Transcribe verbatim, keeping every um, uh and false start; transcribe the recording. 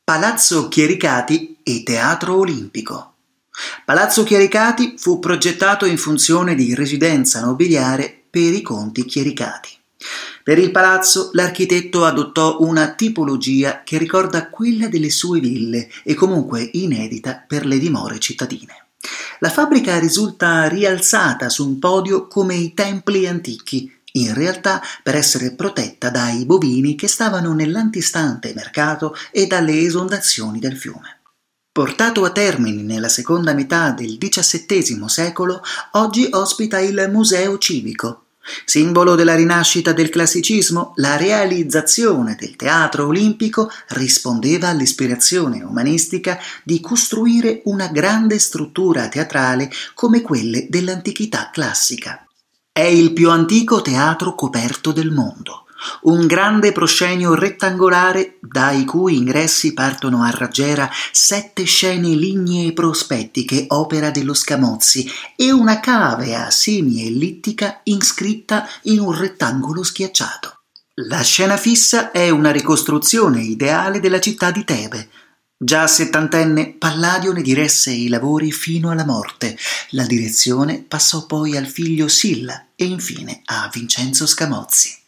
Palazzo Chiericati e Teatro Olimpico. Palazzo Chiericati fu progettato in funzione di residenza nobiliare per i conti Chiericati. Per il palazzo l'architetto adottò una tipologia che ricorda quella delle sue ville e comunque inedita per le dimore cittadine. La fabbrica risulta rialzata su un podio come i templi antichi, in realtà per essere protetta dai bovini che stavano nell'antistante mercato e dalle esondazioni del fiume. Portato a termine nella seconda metà del diciassettesimo secolo, oggi ospita il Museo Civico. Simbolo della rinascita del classicismo, la realizzazione del Teatro Olimpico rispondeva all'ispirazione umanistica di costruire una grande struttura teatrale come quelle dell'antichità classica. È il più antico teatro coperto del mondo, un grande proscenio rettangolare dai cui ingressi partono a raggiera sette scene lignee prospettiche opera dello Scamozzi e una cavea semi-ellittica inscritta in un rettangolo schiacciato. La scena fissa è una ricostruzione ideale della città di Tebe. Già settantenne, Palladio ne diresse i lavori fino alla morte. La direzione passò poi al figlio Silla e infine a Vincenzo Scamozzi.